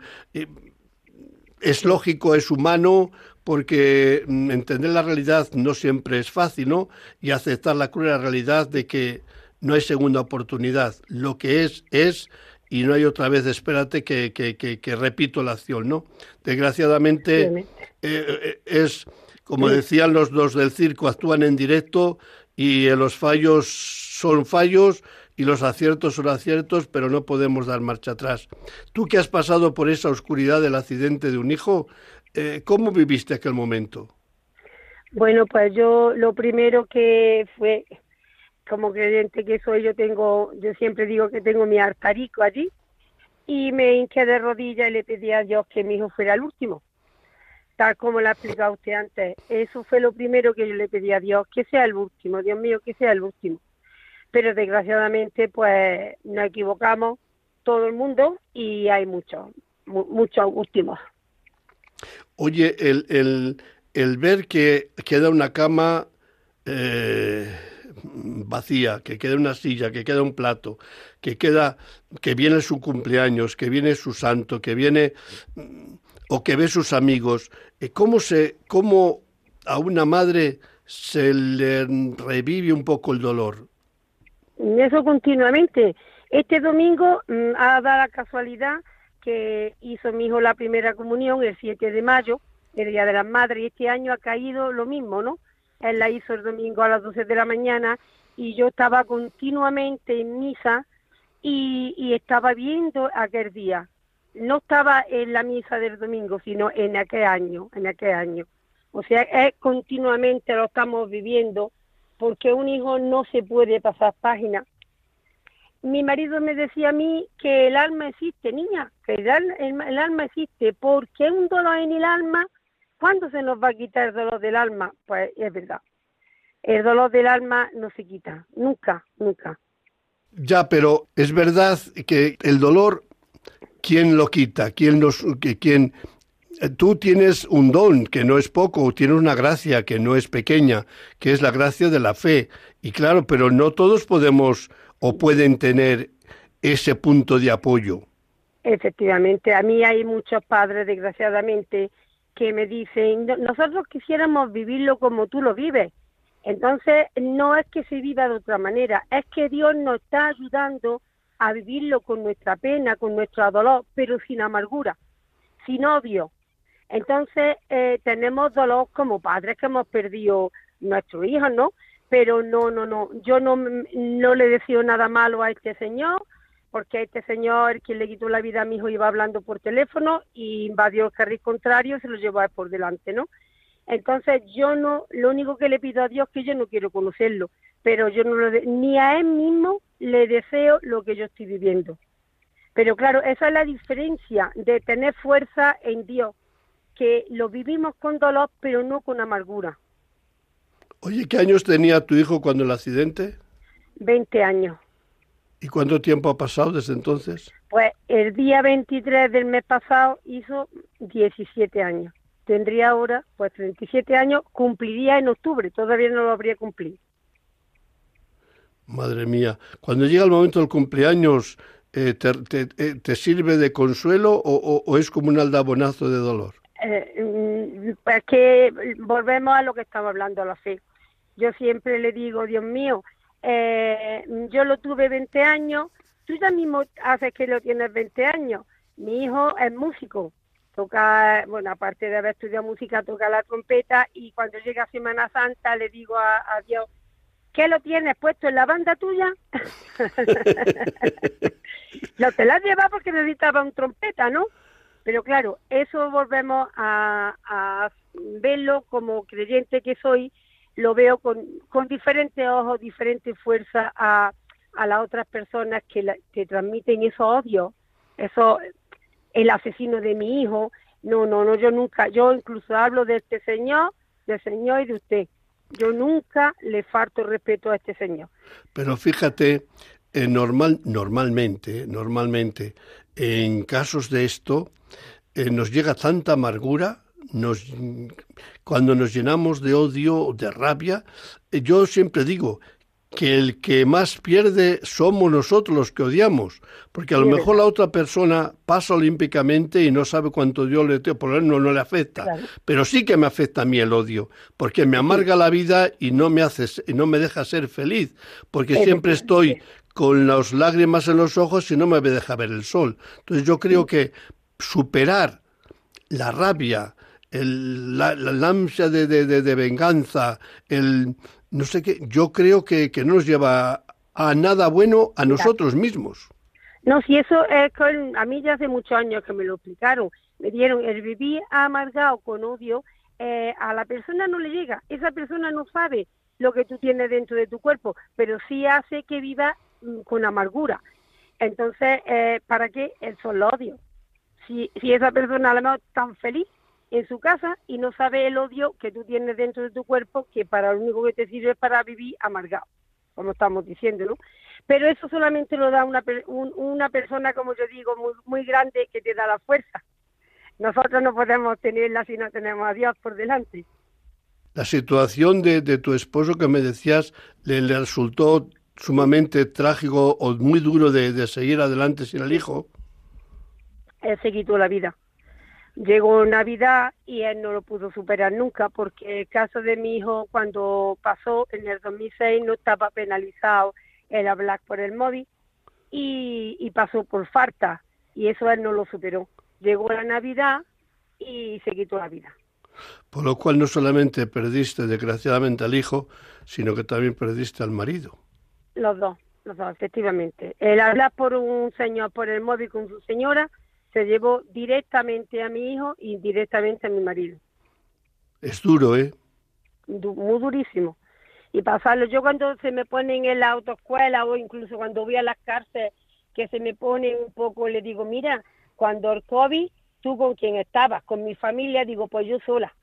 es lógico, es humano, porque entender la realidad no siempre es fácil, ¿no? Y aceptar la cruel realidad de que no hay segunda oportunidad. Lo que es, y no hay otra vez, espérate, que repito la acción, ¿no? Desgraciadamente, es, como decían los dos del circo, actúan en directo y los fallos son fallos y los aciertos son aciertos, pero no podemos dar marcha atrás. Tú que has pasado por esa oscuridad del accidente de un hijo, ¿cómo viviste aquel momento? Bueno, pues yo lo primero que fue, como creyente que soy, yo siempre digo que tengo mi altarico allí, y me hinqué de rodillas y le pedí a Dios que mi hijo fuera el último, tal como lo ha explicado usted antes. Eso fue lo primero que yo le pedí a Dios, que sea el último, Dios mío, que sea el último. Pero desgraciadamente, pues, nos equivocamos todo el mundo y hay muchos últimos. Oye, el ver que queda una cama vacía, que queda una silla, que queda un plato, que viene su cumpleaños, que viene su santo, que viene o que ve sus amigos, ¿cómo a una madre se le revive un poco el dolor? Eso continuamente. Este domingo ha dado la casualidad que hizo mi hijo la primera comunión el 7 de mayo, el Día de las Madres, y este año ha caído lo mismo, ¿no? Él la hizo el domingo a las 12 de la mañana y yo estaba continuamente en misa y estaba viendo aquel día. No estaba en la misa del domingo, sino en aquel año. O sea, continuamente lo estamos viviendo, porque un hijo no se puede pasar página. Mi marido me decía a mí que el alma existe, niña, que el alma existe, porque un dolor en el alma, ¿cuándo se nos va a quitar el dolor del alma? Pues es verdad, el dolor del alma no se quita, nunca. Ya, pero es verdad que el dolor, ¿quién lo quita? Tú tienes un don que no es poco, tienes una gracia que no es pequeña, que es la gracia de la fe. Y claro, pero no todos podemos o pueden tener ese punto de apoyo. Efectivamente, a mí hay muchos padres, desgraciadamente, que me dicen, nosotros quisiéramos vivirlo como tú lo vives. Entonces, no es que se viva de otra manera, es que Dios nos está ayudando a vivirlo con nuestra pena, con nuestro dolor, pero sin amargura, sin odio. Entonces, tenemos dolor como padres que hemos perdido nuestros hijos, ¿no? Pero no, yo no le deseo nada malo a este señor, porque a este señor, quien le quitó la vida a mi hijo, iba hablando por teléfono y invadió el carril contrario y se lo llevó a él por delante, ¿no? Entonces, lo único que le pido a Dios es que yo no quiero conocerlo, pero yo ni a él mismo le deseo lo que yo estoy viviendo. Pero claro, esa es la diferencia de tener fuerza en Dios, que lo vivimos con dolor, pero no con amargura. Oye, ¿qué años tenía tu hijo cuando el accidente? 20 años. ¿Y cuánto tiempo ha pasado desde entonces? Pues el día 23 del mes pasado hizo 17 años. Tendría ahora, pues 37 años, cumpliría en octubre, todavía no lo habría cumplido. Madre mía. Cuando llega el momento del cumpleaños, ¿te sirve de consuelo o es como un aldabonazo de dolor? Pues que volvemos a lo que estamos hablando, a la fe. Yo siempre le digo, Dios mío, yo lo tuve 20 años, tú ya mismo haces que lo tienes 20 años. Mi hijo es músico, toca, bueno, aparte de haber estudiado música, toca la trompeta, y cuando llega Semana Santa le digo a Dios, ¿qué lo tienes puesto en la banda tuya? Lo te la has llevado porque necesitaba un trompeta, ¿no? Pero claro, eso volvemos a verlo como creyente que soy, lo veo con diferentes ojos, diferente fuerza a las otras personas que transmiten esos odios, eso, el asesino de mi hijo. No, yo incluso hablo de este señor, del Señor y de usted. Yo nunca le falto respeto a este señor. Pero fíjate, normalmente, en casos de esto, nos llega tanta amargura, cuando nos llenamos de odio, de rabia. Yo siempre digo que el que más pierde somos nosotros los que odiamos, porque a lo mejor la otra persona pasa olímpicamente y no sabe cuánto Dios le tengo, por lo menos no le afecta, claro. Pero sí que me afecta a mí el odio, porque me amarga la vida y no me deja ser feliz, porque siempre estoy con las lágrimas en los ojos y no me deja ver el sol. Entonces yo creo que superar la rabia, la ansia de venganza, no sé qué, yo creo que no nos lleva a nada bueno a nosotros mismos. No, si eso es a mí ya hace muchos años que me lo explicaron. Me dieron el vivir amargado con odio, a la persona no le llega. Esa persona no sabe lo que tú tienes dentro de tu cuerpo, pero sí hace que viva con amargura. Entonces, ¿para qué? Eso es el odio. Si esa persona a lo mejor tan feliz en su casa y no sabe el odio que tú tienes dentro de tu cuerpo, que para lo único que te sirve es para vivir amargado, como estamos diciendo, ¿no? Pero eso solamente lo da una persona, como yo digo, muy, muy grande, que te da la fuerza. Nosotros no podemos tenerla si no tenemos a Dios por delante. La situación de tu esposo que me decías le resultó sumamente trágico o muy duro de seguir adelante sin el hijo. Él se quitó la vida. Llegó Navidad y él no lo pudo superar nunca, porque el caso de mi hijo, cuando pasó en el 2006, no estaba penalizado el hablar por el móvil y pasó por falta, y eso él no lo superó. Llegó la Navidad y se quitó la vida. Por lo cual no solamente perdiste desgraciadamente al hijo, sino que también perdiste al marido. Los dos, efectivamente. El hablar por un señor por el móvil con su señora se llevó directamente a mi hijo y directamente a mi marido. Es duro, ¿eh? Muy durísimo. Y pasarlo, yo cuando se me ponen en la autoescuela o incluso cuando voy a las cárceles, que se me ponen un poco, le digo, mira, cuando el COVID, ¿tú con quién estabas? Con mi familia. Digo, pues yo sola,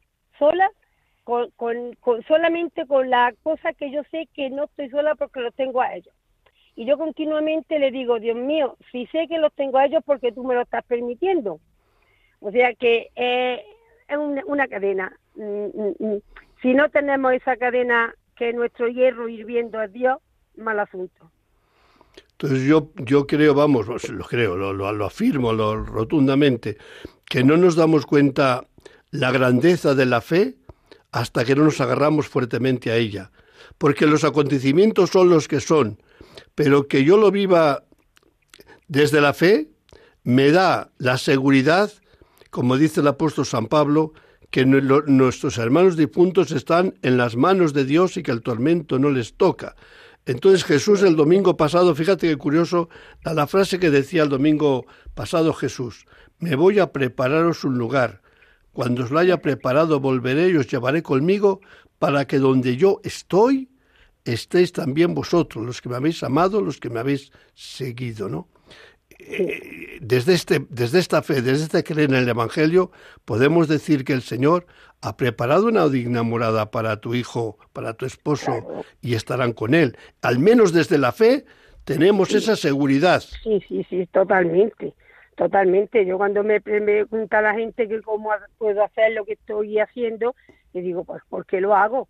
solamente con la cosa que yo sé que no estoy sola porque los tengo a ellos. Y yo continuamente le digo, Dios mío, si sé que los tengo a ellos, porque tú me lo estás permitiendo. O sea que es una cadena. Si no tenemos esa cadena, que nuestro hierro hirviendo a Dios, mal asunto. Entonces yo creo, vamos, lo afirmo rotundamente, que no nos damos cuenta la grandeza de la fe hasta que no nos agarramos fuertemente a ella. Porque los acontecimientos son los que son, pero que yo lo viva desde la fe me da la seguridad, como dice el apóstol San Pablo, que nuestros hermanos difuntos están en las manos de Dios y que el tormento no les toca. Entonces Jesús el domingo pasado, fíjate qué curioso, la frase que decía el domingo pasado Jesús: me voy a prepararos un lugar, cuando os lo haya preparado volveré y os llevaré conmigo, para que donde yo estoy, estéis también vosotros, los que me habéis amado, los que me habéis seguido, ¿no? Desde esta fe, desde este creer en el Evangelio, podemos decir que el Señor ha preparado una digna morada para tu hijo, para tu esposo, y estarán con él. Al menos desde la fe tenemos esa seguridad. Sí, totalmente. Yo cuando me pregunta la gente que cómo puedo hacer lo que estoy haciendo, le digo, pues, ¿por qué lo hago?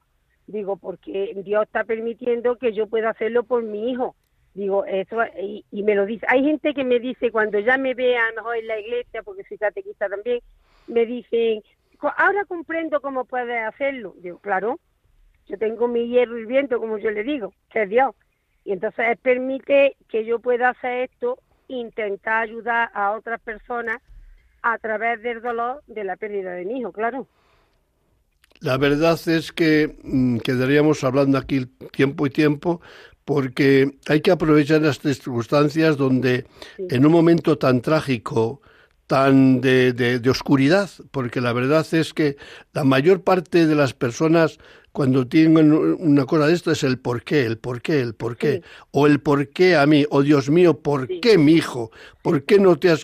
Digo, porque Dios está permitiendo que yo pueda hacerlo por mi hijo. Digo, eso, y me lo dice. Hay gente que me dice, cuando ya me ve a lo mejor en la iglesia, porque soy catequista también, me dicen, ahora comprendo cómo puedes hacerlo. Digo, claro, yo tengo mi hierro hirviendo, como yo le digo, que es Dios. Y entonces Él permite que yo pueda hacer esto, intentar ayudar a otras personas a través del dolor de la pérdida de mi hijo, claro. La verdad es que quedaríamos hablando aquí tiempo y tiempo, porque hay que aprovechar las circunstancias donde en un momento tan trágico, tan de oscuridad, porque la verdad es que la mayor parte de las personas cuando tienen una cosa de esto es el por qué, sí. O el por qué a mí, o Dios mío, ¿por qué mi hijo? ¿Por qué no te has...?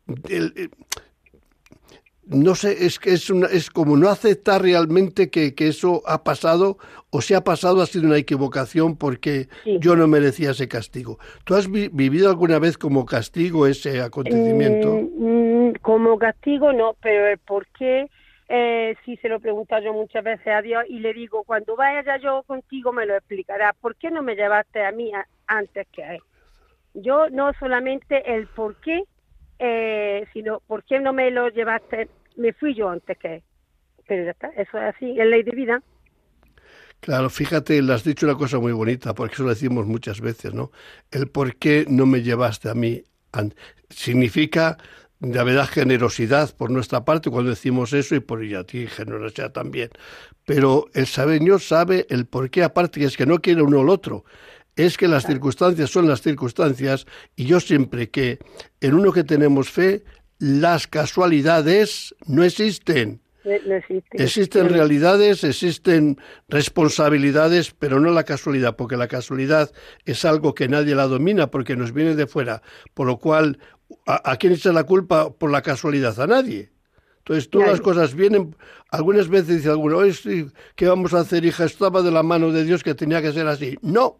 No sé, es que es como no aceptar realmente que eso ha pasado, o si ha pasado ha sido una equivocación porque yo no merecía ese castigo. ¿Tú has vivido alguna vez como castigo ese acontecimiento? Como castigo no, pero el por qué sí se lo pregunto yo muchas veces a Dios y le digo, cuando vaya yo contigo me lo explicarás. ¿Por qué no me llevaste a mí antes que a él? Yo no solamente el por qué, sino ¿por qué no me lo llevaste? Me fui yo antes que él. Pero ya está, eso es así, es ley de vida. Claro, fíjate, le has dicho una cosa muy bonita, porque eso lo decimos muchas veces, ¿no? El por qué no me llevaste a mí significa, de verdad, generosidad por nuestra parte cuando decimos eso, y por a ti generosidad también. Pero el Señor sabe el por qué, aparte que es que no quiere uno al otro. Es que las circunstancias son las circunstancias, y yo siempre que en uno que tenemos fe, las casualidades no existen. No existen. Existen realidades, existen responsabilidades, pero no la casualidad, porque la casualidad es algo que nadie la domina porque nos viene de fuera, por lo cual, ¿a quién echa la culpa por la casualidad? A nadie. Entonces todas las cosas vienen, algunas veces dice alguno, ¿qué vamos a hacer, hija? Estaba de la mano de Dios que tenía que ser así. No,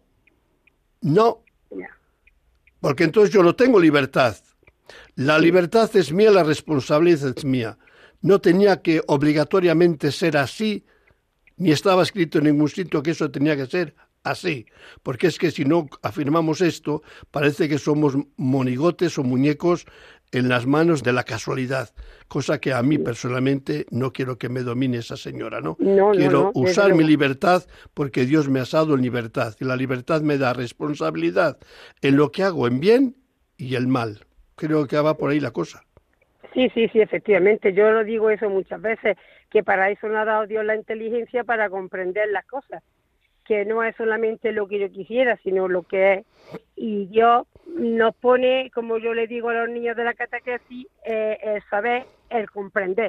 porque entonces yo no tengo libertad. La libertad es mía, la responsabilidad es mía. No tenía que obligatoriamente ser así, ni estaba escrito en ningún sitio que eso tenía que ser así. Porque es que si no afirmamos esto, parece que somos monigotes o muñecos en las manos de la casualidad, cosa que a mí personalmente no quiero que me domine esa señora, ¿no? Quiero usar mi libertad porque Dios me ha dado libertad, y la libertad me da responsabilidad en lo que hago, en bien y el mal. Creo que va por ahí la cosa. Sí, efectivamente. Yo lo digo eso muchas veces, que para eso nos ha dado Dios la inteligencia para comprender las cosas, que no es solamente lo que yo quisiera, sino lo que es. Y Dios nos pone, como yo le digo a los niños de la catequesis, el saber, el comprender.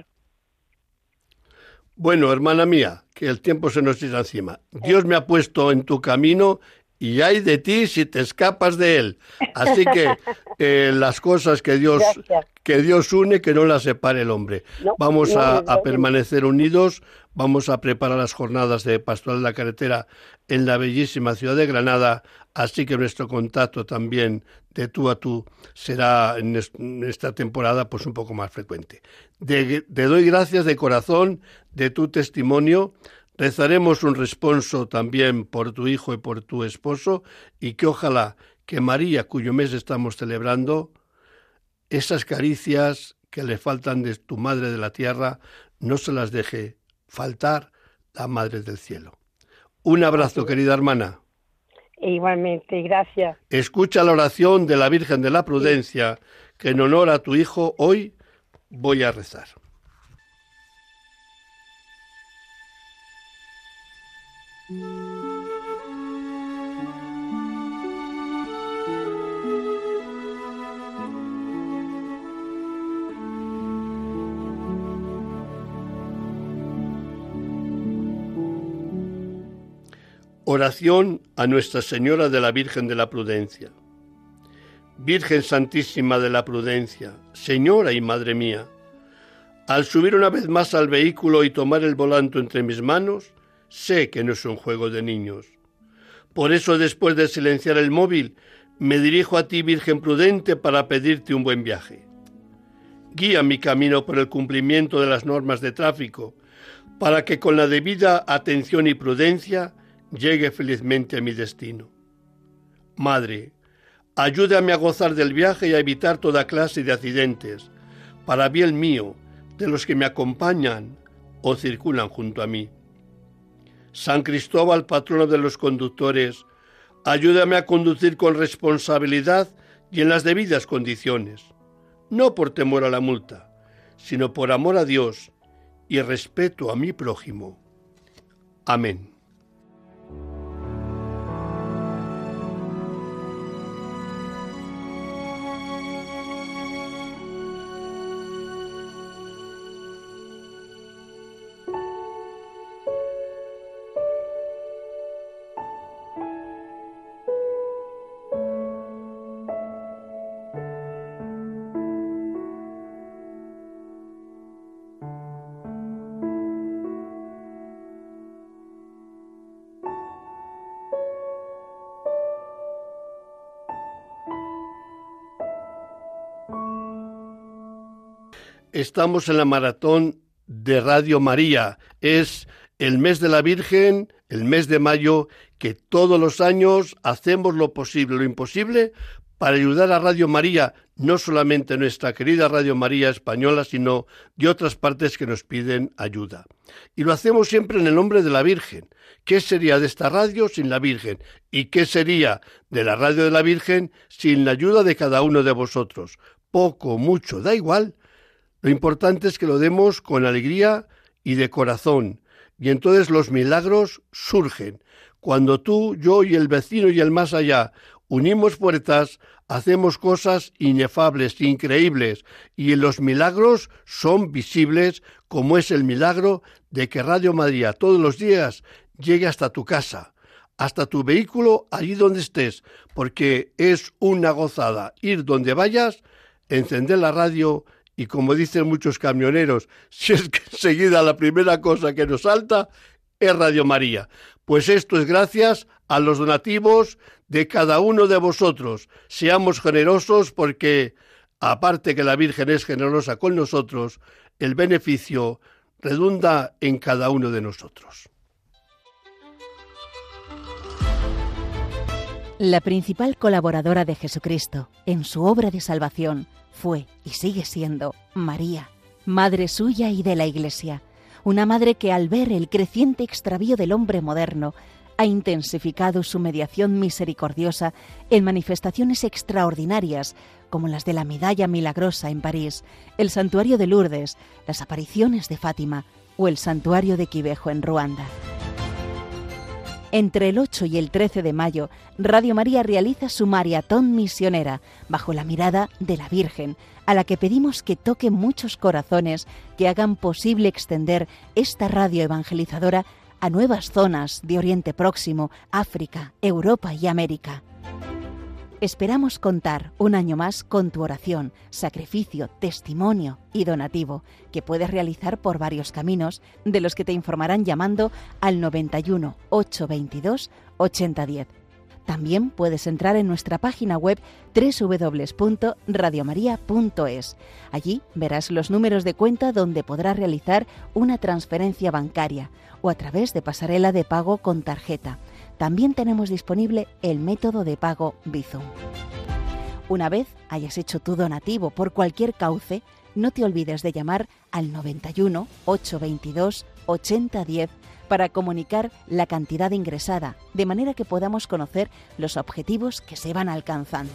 Bueno, hermana mía, que el tiempo se nos echa encima. Dios me ha puesto en tu camino y hay de ti si te escapas de él. Así que las cosas que Dios une, que no las separe el hombre. Vamos a permanecer unidos, vamos a preparar las jornadas de Pastoral de la Carretera en la bellísima ciudad de Granada, así que nuestro contacto también de tú a tú será en esta temporada pues un poco más frecuente. Te doy gracias de corazón de tu testimonio. Rezaremos un responso también por tu hijo y por tu esposo, y que ojalá que María, cuyo mes estamos celebrando, esas caricias que le faltan de tu Madre de la Tierra, no se las deje faltar la Madre del Cielo. Un abrazo, querida hermana. Igualmente, gracias. Escucha la oración de la Virgen de la Prudencia, que en honor a tu hijo hoy voy a rezar. Oración a Nuestra Señora de la Virgen de la Prudencia. Virgen Santísima de la Prudencia, Señora y Madre mía, al subir una vez más al vehículo y tomar el volante entre mis manos, sé que no es un juego de niños. Por eso, después de silenciar el móvil, me dirijo a ti, Virgen prudente, para pedirte un buen viaje. Guía mi camino por el cumplimiento de las normas de tráfico, para que con la debida atención y prudencia llegue felizmente a mi destino. Madre, ayúdame a gozar del viaje y a evitar toda clase de accidentes, para bien mío, de los que me acompañan o circulan junto a mí. San Cristóbal, patrono de los conductores, ayúdame a conducir con responsabilidad y en las debidas condiciones, no por temor a la multa, sino por amor a Dios y respeto a mi prójimo. Amén. Estamos en la maratón de Radio María. Es el mes de la Virgen, el mes de mayo, que todos los años hacemos lo posible, lo imposible, para ayudar a Radio María, no solamente nuestra querida Radio María española, sino de otras partes que nos piden ayuda. Y lo hacemos siempre en el nombre de la Virgen. ¿Qué sería de esta radio sin la Virgen? ¿Y qué sería de la radio de la Virgen sin la ayuda de cada uno de vosotros? Poco, mucho, da igual. Lo importante es que lo demos con alegría y de corazón, y entonces los milagros surgen. Cuando tú, yo y el vecino y el más allá unimos fuerzas, hacemos cosas inefables, increíbles, y los milagros son visibles, como es el milagro de que Radio María todos los días llegue hasta tu casa, hasta tu vehículo, allí donde estés, porque es una gozada ir donde vayas, encender la radio. Y como dicen muchos camioneros, si es que enseguida la primera cosa que nos salta es Radio María. Pues esto es gracias a los donativos de cada uno de vosotros. Seamos generosos porque, aparte que la Virgen es generosa con nosotros, el beneficio redunda en cada uno de nosotros. La principal colaboradora de Jesucristo en su obra de salvación fue y sigue siendo María, madre suya y de la Iglesia, una madre que al ver el creciente extravío del hombre moderno ha intensificado su mediación misericordiosa en manifestaciones extraordinarias como las de la Medalla Milagrosa en París, el Santuario de Lourdes, las apariciones de Fátima o el Santuario de Quibejo en Ruanda. Entre el 8 y el 13 de mayo, Radio María realiza su maratón misionera bajo la mirada de la Virgen, a la que pedimos que toque muchos corazones que hagan posible extender esta radio evangelizadora a nuevas zonas de Oriente Próximo, África, Europa y América. Esperamos contar un año más con tu oración, sacrificio, testimonio y donativo, que puedes realizar por varios caminos, de los que te informarán llamando al 91 822 8010. También puedes entrar en nuestra página web www.radiomaria.es. Allí verás los números de cuenta donde podrás realizar una transferencia bancaria o a través de pasarela de pago con tarjeta. También tenemos disponible el método de pago Bizum. Una vez hayas hecho tu donativo por cualquier cauce, no te olvides de llamar al 91 822 8010 para comunicar la cantidad ingresada, de manera que podamos conocer los objetivos que se van alcanzando.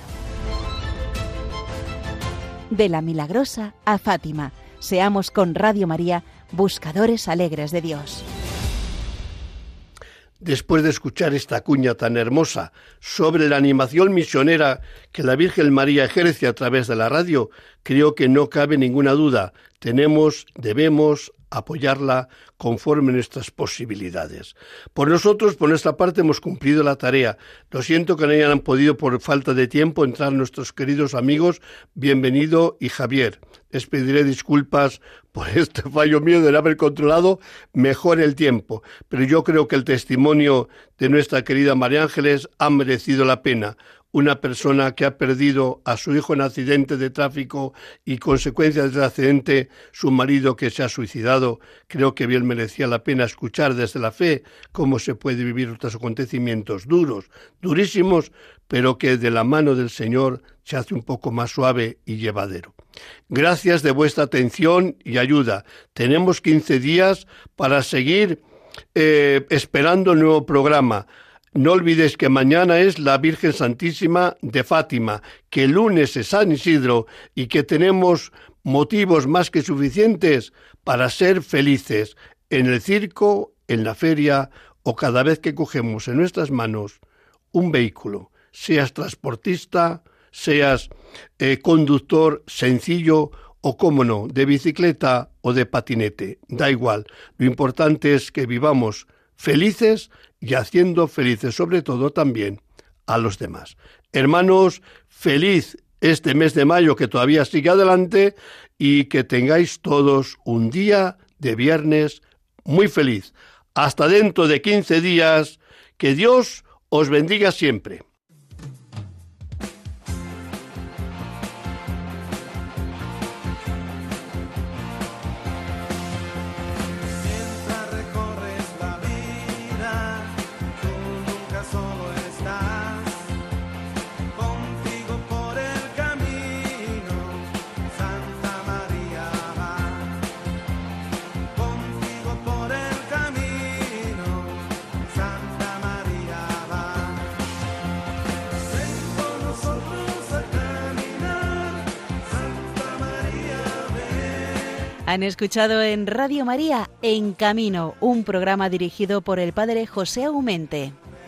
De la Milagrosa a Fátima, seamos con Radio María buscadores alegres de Dios. Después de escuchar esta cuña tan hermosa sobre la animación misionera que la Virgen María ejerce a través de la radio, creo que no cabe ninguna duda. Debemos apoyarla conforme nuestras posibilidades. Por nosotros, por nuestra parte, hemos cumplido la tarea. Lo siento que no hayan podido, por falta de tiempo, entrar nuestros queridos amigos Bienvenido y Javier. Les pediré disculpas por este fallo mío de no haber controlado mejor el tiempo, pero yo creo que el testimonio de nuestra querida María Ángeles ha merecido la pena. una persona que ha perdido a su hijo en accidente de tráfico y consecuencias del accidente, su marido que se ha suicidado. Creo que bien merecía la pena escuchar desde la fe cómo se puede vivir otros acontecimientos duros, durísimos, pero que de la mano del Señor se hace un poco más suave y llevadero. Gracias de vuestra atención y ayuda. Tenemos 15 días para seguir esperando el nuevo programa. No olvidéis que mañana es la Virgen Santísima de Fátima, que el lunes es San Isidro y que tenemos motivos más que suficientes para ser felices en el circo, en la feria o cada vez que cogemos en nuestras manos un vehículo, seas transportista, seas conductor sencillo o, cómo no, de bicicleta o de patinete. Da igual, lo importante es que vivamos felices y haciendo felices sobre todo también a los demás. Hermanos, feliz este mes de mayo que todavía sigue adelante y que tengáis todos un día de viernes muy feliz. Hasta dentro de 15 días, que Dios os bendiga siempre. Han escuchado en Radio María En Camino, un programa dirigido por el padre José Aumente.